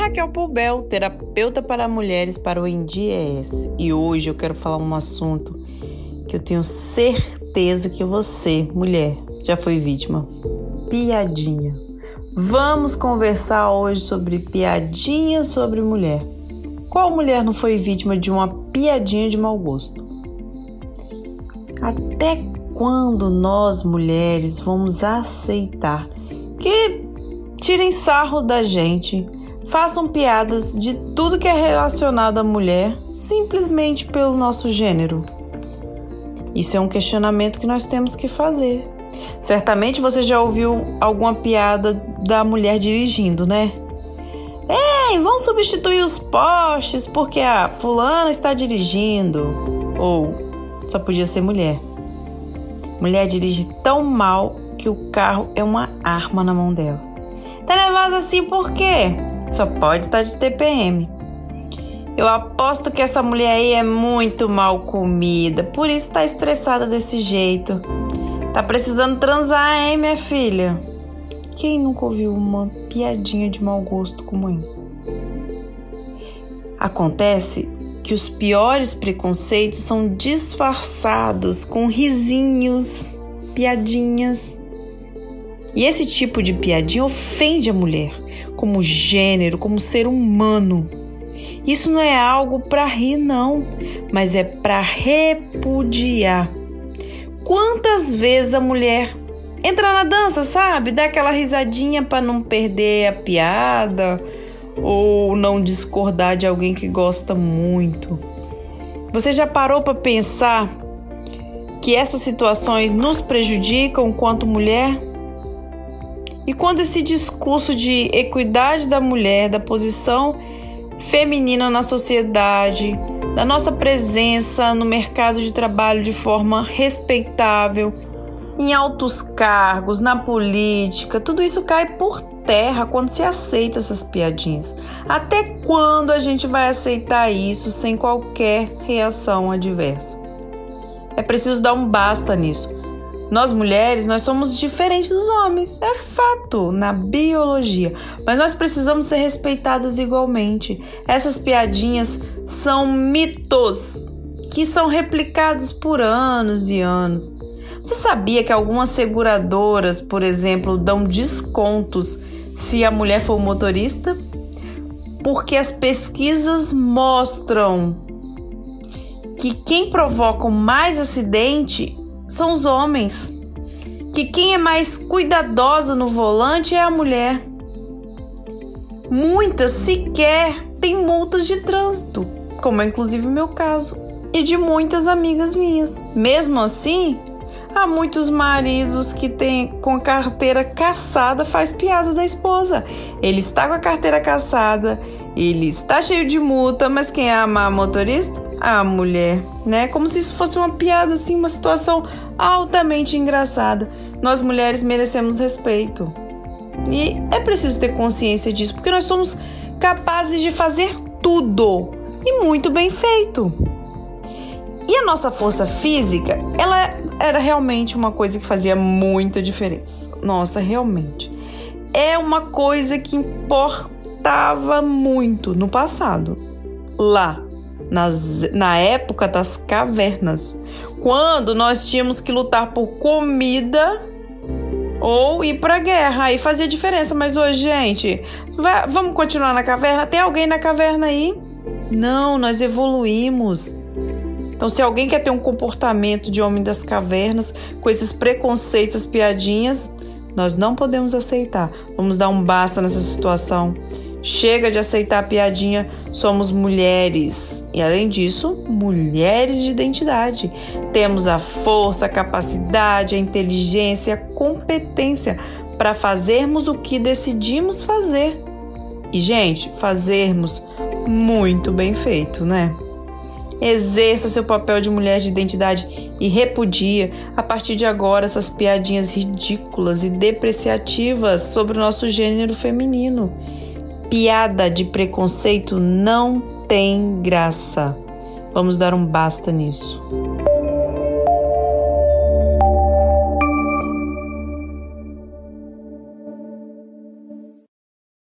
Raquel Poubel, terapeuta para mulheres para o Endies. E hoje eu quero falar um assunto que eu tenho certeza que você, mulher, já foi vítima. Piadinha. Vamos conversar hoje sobre piadinha sobre mulher. Qual mulher não foi vítima de uma piadinha de mau gosto? Até quando nós, mulheres, vamos aceitar que tirem sarro da gente, façam piadas de tudo que é relacionado à mulher simplesmente pelo nosso gênero? Isso é um questionamento que nós temos que fazer. Certamente você já ouviu alguma piada da mulher dirigindo, né? Ei, vamos substituir os postes porque a fulana está dirigindo. Ou só podia ser mulher. Mulher dirige tão mal que o carro é uma arma na mão dela. Tá nervosa assim por quê? Só pode estar de TPM. Eu aposto que essa mulher aí é muito mal comida, por isso tá estressada desse jeito. Tá precisando transar, hein, minha filha? Quem nunca ouviu uma piadinha de mau gosto como essa? Acontece que os piores preconceitos são disfarçados com risinhos, piadinhas. E esse tipo de piadinha ofende a mulher, como gênero, como ser humano. Isso não é algo para rir, não, mas é para repudiar. Quantas vezes a mulher entra na dança, sabe? Dá aquela risadinha para não perder a piada ou não discordar de alguém que gosta muito. Você já parou para pensar que essas situações nos prejudicam enquanto mulher? E quando esse discurso de equidade da mulher, da posição feminina na sociedade, da nossa presença no mercado de trabalho de forma respeitável, em altos cargos, na política, tudo isso cai por terra quando se aceita essas piadinhas. Até quando a gente vai aceitar isso sem qualquer reação adversa? É preciso dar um basta nisso. Nós mulheres, nós somos diferentes dos homens, é fato, na biologia, mas nós precisamos ser respeitadas igualmente. Essas piadinhas são mitos que são replicados por anos e anos. Você sabia que algumas seguradoras, por exemplo, dão descontos se a mulher for motorista? Porque as pesquisas mostram que quem provoca mais acidente são os homens, que quem é mais cuidadosa no volante é a mulher. Muitas sequer têm multas de trânsito, como é inclusive o meu caso, e de muitas amigas minhas. Mesmo assim, há muitos maridos que têm com a carteira cassada faz piada da esposa. Ele está com a carteira cassada, ele está cheio de multa, mas quem é a motorista? A mulher, né? Como se isso fosse uma piada, assim, uma situação altamente engraçada. Nós mulheres merecemos respeito. E é preciso ter consciência disso, porque nós somos capazes de fazer tudo e muito bem feito. E a nossa força física, ela era realmente uma coisa que fazia muita diferença. Nossa, realmente. É uma coisa que importava muito no passado. Lá, na época das cavernas, quando nós tínhamos que lutar por comida ou ir pra guerra, aí fazia diferença. Mas hoje, gente, vamos continuar na caverna? Tem alguém na caverna aí? Não, nós evoluímos. Então, se alguém quer ter um comportamento de homem das cavernas, com esses preconceitos, essas piadinhas, nós não podemos aceitar. Vamos dar um basta nessa situação. Chega de aceitar a piadinha, somos mulheres. E além disso, mulheres de identidade. Temos a força, a capacidade, a inteligência, a competência para fazermos o que decidimos fazer. E, gente, fazermos muito bem feito, né? Exerça seu papel de mulher de identidade e repudia, a partir de agora, essas piadinhas ridículas e depreciativas sobre o nosso gênero feminino. Piada de preconceito não tem graça. Vamos dar um basta nisso.